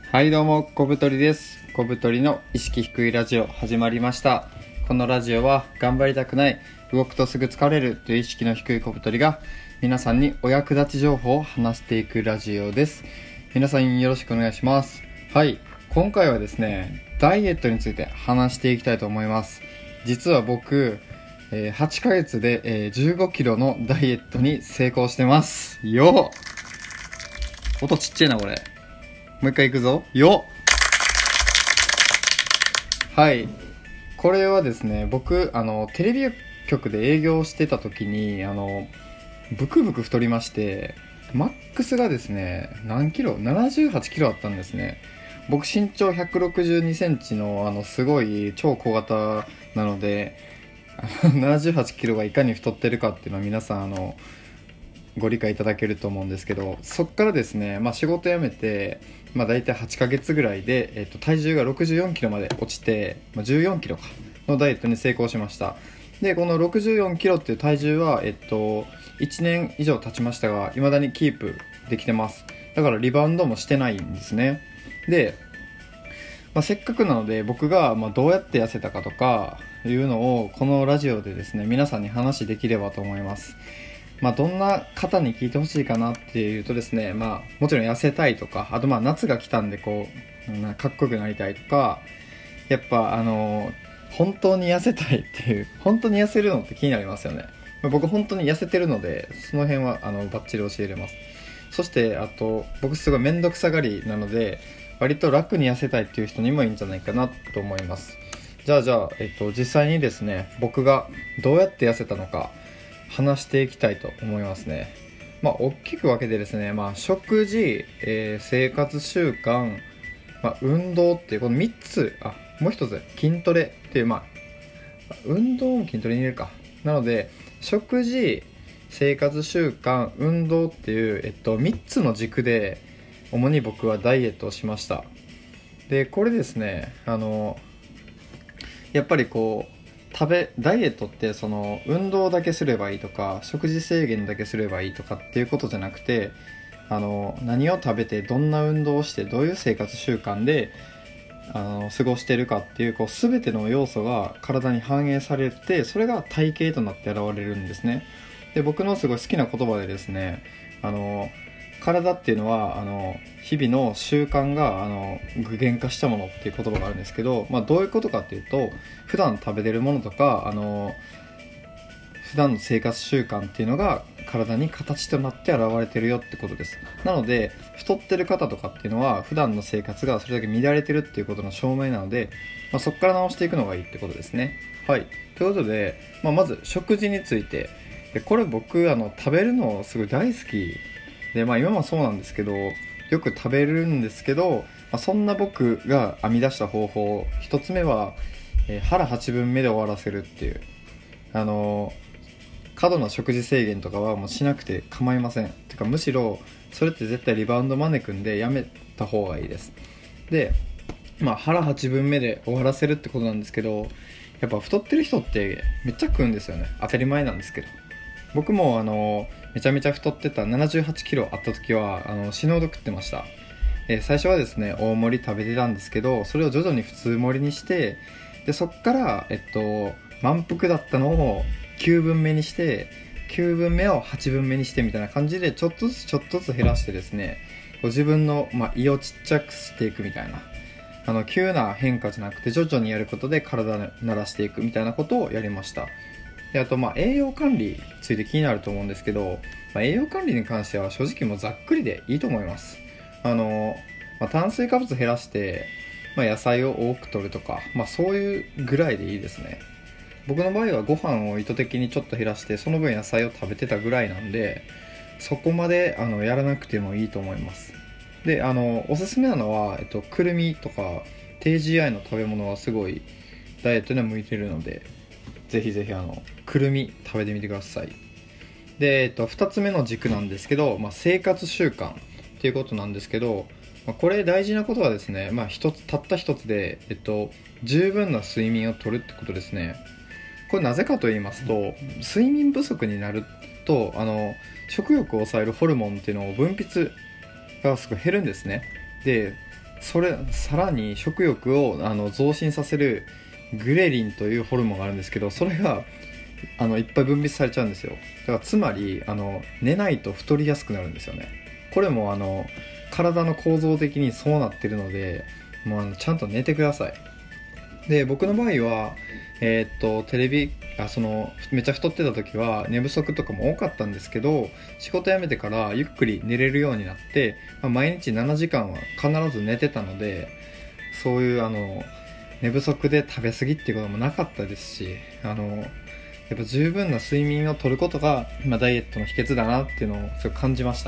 はいどうも、小太りです。小太りの意識低いラジオ始まりました。このラジオは頑張りたくない、動くとすぐ疲れるという意識の低い小太りが皆さんにお役立ち情報を話していくラジオです。皆さんよろしくお願いします。はい、今回はですね、ダイエットについて話していきたいと思います。実は僕、8ヶ月で、15キロのダイエットに成功してます。よっ、音ちっちゃいなこれ。もう一回いくぞ。よっ。はい。これはですね、僕、テレビ局で営業してた時に、ブクブク太りまして、マックスがですね、何キロ ?78 キロあったんですね。僕身長162センチの、すごい超小型なので、78キロがいかに太ってるかっていうのは皆さん、ご理解いただけると思うんですけど、そっからですね、仕事辞めて、大体8ヶ月ぐらいで、体重が64キロまで落ちて、14キロかのダイエットに成功しました。で、この64キロっていう体重は、1年以上経ちましたが、未だにキープできてます。だからリバウンドもしてないんですね。で、せっかくなので僕がどうやって痩せたかとかいうのをこのラジオでですね、皆さんに話できればと思います。どんな方に聞いてほしいかなっていうとですね、もちろん痩せたいとか、あと夏が来たんでかっこよくなりたいとか、やっぱ本当に痩せたいっていう、本当に痩せるのって気になりますよね。僕本当に痩せてるので、その辺はバッチリ教えれます。そしてあと僕すごいめんどくさがりなので、割と楽に痩せたいっていう人にもいいんじゃないかなと思います。じゃあ、実際にですね、僕がどうやって痩せたのか話していきたいと思いますね。大きく分けてですね、食事、生活習慣、運動っていうこの3つ、もう一つ筋トレっていう、運動も筋トレに入れるか。なので食事、生活習慣、運動っていう、3つの軸で主に僕はダイエットをしました。でこれですね、やっぱりダイエットって運動だけすればいいとか食事制限だけすればいいとかっていうことじゃなくて、何を食べてどんな運動をしてどういう生活習慣で過ごしてるかっていう全ての要素が体に反映されて、それが体型となって現れるんですね。で僕のすごい好きな言葉でですね、体っていうのは日々の習慣が具現化したものっていう言葉があるんですけど、どういうことかっていうと、普段食べてるものとか普段の生活習慣っていうのが体に形となって現れてるよってことです。なので太ってる方とかっていうのは普段の生活がそれだけ乱れてるっていうことの証明なので、そこから直していくのがいいってことですね。はい、ということで、まず食事について。でこれ僕食べるのすごい大好きで、今もそうなんですけど、よく食べるんですけど、そんな僕が編み出した方法、一つ目は、腹8分目で終わらせるっていう、過度な食事制限とかはもうしなくて構いません。てかむしろそれって絶対リバウンド招くんでやめた方がいいです。で、腹8分目で終わらせるってことなんですけど、やっぱ太ってる人ってめっちゃ食うんですよね。当たり前なんですけど、僕もめちゃめちゃ太ってた78キロあった時は死ぬほど食ってました。最初はですね大盛り食べてたんですけど、それを徐々に普通盛りにして、でそっから満腹だったのを9分目にして、9分目を8分目にしてみたいな感じでちょっとずつ減らしてですね、自分の、胃をちっちゃくしていくみたいな、急な変化じゃなくて徐々にやることで体を慣らしていくみたいなことをやりました。であと栄養管理について気になると思うんですけど、栄養管理に関しては正直もうざっくりでいいと思います。炭水化物減らして、野菜を多く摂るとか、そういうぐらいでいいですね。僕の場合はご飯を意図的にちょっと減らしてその分野菜を食べてたぐらいなんで、そこまでやらなくてもいいと思います。でおすすめなのは、くるみとか低 GI の食べ物はすごいダイエットには向いてるので、ぜひぜひくるみ食べてみてください。で、2つ目の軸なんですけど、生活習慣っていうことなんですけど、これ大事なことはですね、たった一つで、十分な睡眠をとるってことですね。これなぜかと言いますと、睡眠不足になると食欲を抑えるホルモンっていうのを分泌がすごい減るんですね。でさらに食欲を増進させるグレリンというホルモンがあるんですけど、それがいっぱい分泌されちゃうんですよ。だからつまり寝ないと太りやすくなるんですよね。これも体の構造的にそうなってるので、もうちゃんと寝てください。で、僕の場合はテレビめっちゃ太ってた時は寝不足とかも多かったんですけど、仕事辞めてからゆっくり寝れるようになって、毎日7時間は必ず寝てたので、そういう寝不足で食べ過ぎっていうこともなかったですし、やっぱ十分な睡眠をとることが、ダイエットの秘訣だなっていうのをすごい感じました。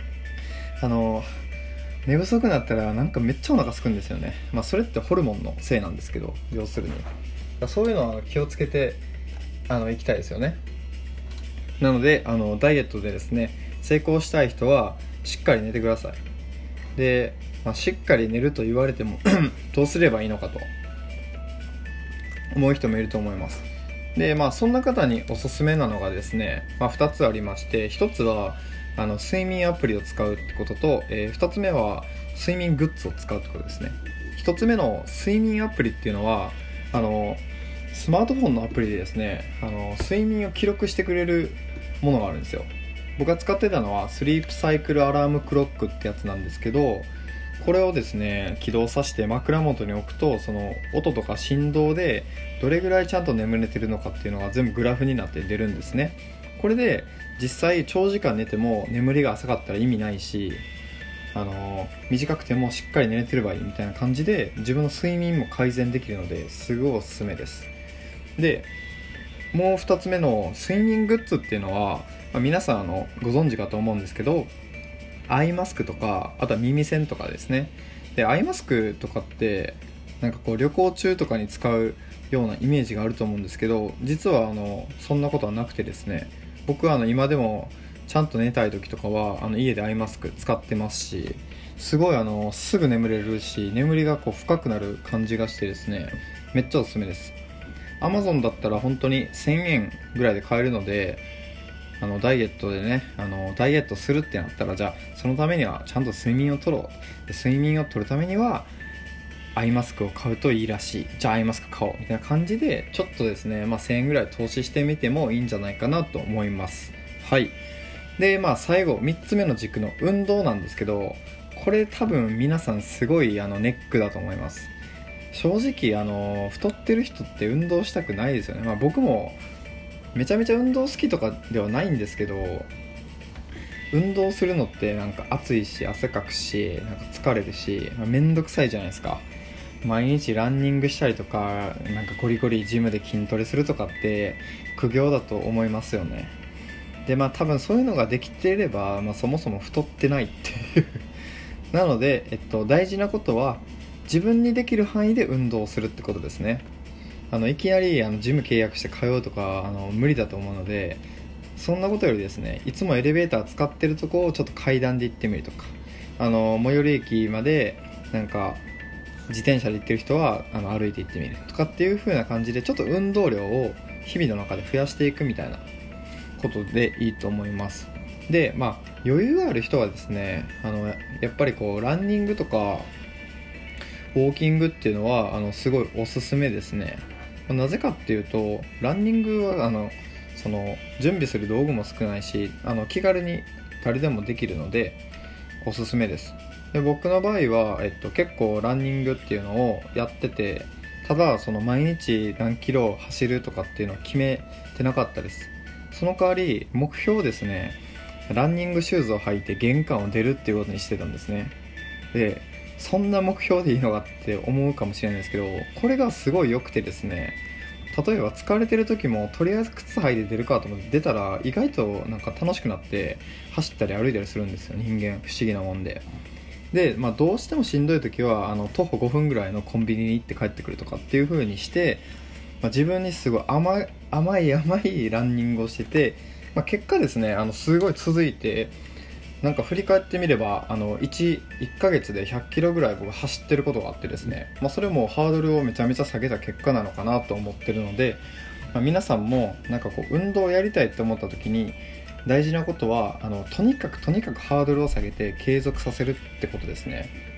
寝不足になったらなんかめっちゃお腹空くんですよね。それってホルモンのせいなんですけど、要するにそういうのは気をつけていきたいですよね。なのでダイエットでですね、成功したい人はしっかり寝てください。で、しっかり寝ると言われてもどうすればいいのかと思う人もいると思います。で、そんな方におすすめなのがですね、2つありまして、1つは睡眠アプリを使うってことと、2つ目は睡眠グッズを使うってことですね。1つ目の睡眠アプリっていうのはスマートフォンのアプリでですね、睡眠を記録してくれるものがあるんですよ。僕が使ってたのはスリープサイクルアラームクロックってやつなんですけど、これをですね起動させて枕元に置くと、その音とか振動でどれぐらいちゃんと眠れてるのかっていうのが全部グラフになって出るんですね。これで実際長時間寝ても眠りが浅かったら意味ないし、短くてもしっかり寝れてればいいみたいな感じで自分の睡眠も改善できるので、すごいおすすめです。で、もう2つ目の睡眠グッズっていうのは、皆さんご存知かと思うんですけど、アイマスクとか、あとは耳栓とかですね。で、アイマスクとかってなんかこう旅行中とかに使うようなイメージがあると思うんですけど、実はそんなことはなくてですね、僕は今でもちゃんと寝たい時とかは家でアイマスク使ってますし、すごいすぐ眠れるし、眠りがこう深くなる感じがしてですね、めっちゃおすすめです。 Amazon だったら本当に1000円ぐらいで買えるので、ダイエットでね、ダイエットするってなったら、じゃあそのためにはちゃんと睡眠をとろう、で睡眠をとるためにはアイマスクを買うといいらしい、じゃあアイマスク買おうみたいな感じで、ちょっとですね、1000円ぐらい投資してみてもいいんじゃないかなと思います。はい。で、最後3つ目の軸の運動なんですけど、これ多分皆さんすごいネックだと思います。正直太ってる人って運動したくないですよね。僕もめちゃめちゃ運動好きとかではないんですけど、運動するのってなんか暑いし汗かくし、なんか疲れるし、めんどくさいじゃないですか。毎日ランニングしたりとか、なんかゴリゴリジムで筋トレするとかって苦行だと思いますよね。で、多分そういうのができていれば、そもそも太ってないっていうなので、大事なことは自分にできる範囲で運動をするってことですね。いきなりジム契約して通うとか無理だと思うので、そんなことよりですね、いつもエレベーター使ってるとこをちょっと階段で行ってみるとか、最寄り駅までなんか自転車で行ってる人は歩いて行ってみるとかっていう風な感じで、ちょっと運動量を日々の中で増やしていくみたいなことでいいと思います。で、余裕がある人はですね、やっぱりこうランニングとかウォーキングっていうのはすごいおすすめですね。なぜかっていうと、ランニングはその準備する道具も少ないし、気軽に誰でもできるのでおすすめです。で、僕の場合は、結構ランニングっていうのをやってて、ただ毎日何キロ走るとかっていうのを決めてなかったです。その代わり目標をですね、ランニングシューズを履いて玄関を出るっていうことにしてたんですね。で、そんな目標でいいのかって思うかもしれないですけど、これがすごい良くてですね、例えば疲れてる時もとりあえず靴履いて出るかと思って出たら、意外となんか楽しくなって走ったり歩いたりするんですよ、人間不思議なもんで。で、どうしてもしんどい時は徒歩5分ぐらいのコンビニに行って帰ってくるとかっていう風にして、自分にすごい甘いランニングをしてて、結果ですねすごい続いて、なんか振り返ってみれば1ヶ月で100キロぐらい僕走ってることがあってですね、それもハードルをめちゃめちゃ下げた結果なのかなと思ってるので、皆さんもなんかこう運動をやりたいって思った時に大事なことはとにかくハードルを下げて継続させるってことですね。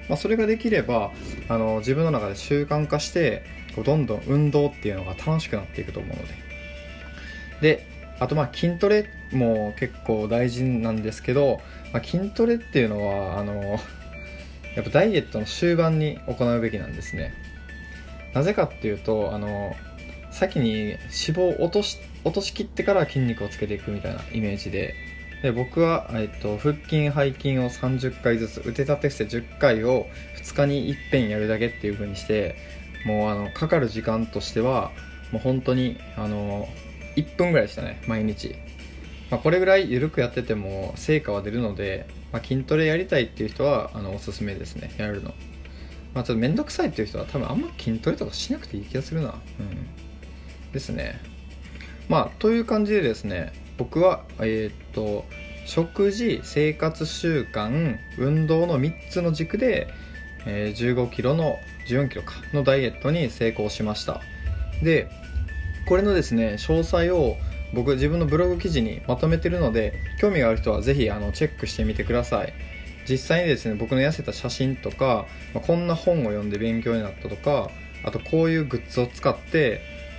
それができれば自分の中で習慣化してどんどん運動っていうのが楽しくなっていくと思うので、あと筋トレも結構大事なんですけど、筋トレっていうのはやっぱダイエットの終盤に行うべきなんですね。なぜかっていうと先に脂肪を落としきってから筋肉をつけていくみたいなイメージで、僕は、腹筋背筋を30回ずつ腕立て伏せ10回を2日に一遍やるだけっていう風にして、もうかかる時間としてはもう本当に1分ぐらいでしたね、毎日。これぐらい緩くやってても成果は出るので、筋トレやりたいっていう人はおすすめですね、やるの。ちょっとめんどくさいっていう人は多分あんま筋トレとかしなくていい気がするな。ですね。という感じでですね、僕は食事、生活習慣、運動の3つの軸で、15キロの14キロかのダイエットに成功しました。で、これのですね詳細を僕自分のブログ記事にまとめてるので、興味がある人はぜひチェックしてみてください。実際にですね、僕の痩せた写真とか、こんな本を読んで勉強になったとか、あとこういうグッズを使って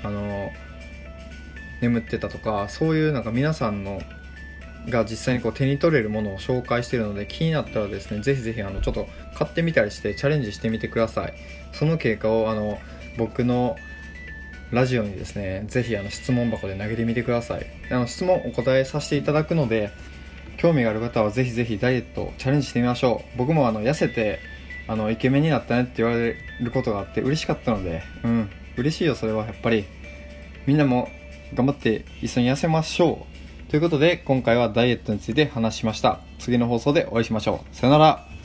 眠ってたとか、そういう皆さんのが実際に手に取れるものを紹介しているので、気になったらですね、ぜひぜひちょっと買ってみたりしてチャレンジしてみてください。その経過を僕のラジオにですね、ぜひ質問箱で投げてみてください。質問お答えさせていただくので、興味がある方はぜひぜひダイエットチャレンジしてみましょう。僕も痩せてイケメンになったねって言われることがあって嬉しかったので、嬉しいよ、それは。やっぱりみんなも頑張って一緒に痩せましょうということで、今回はダイエットについて話しました。次の放送でお会いしましょう。さよなら。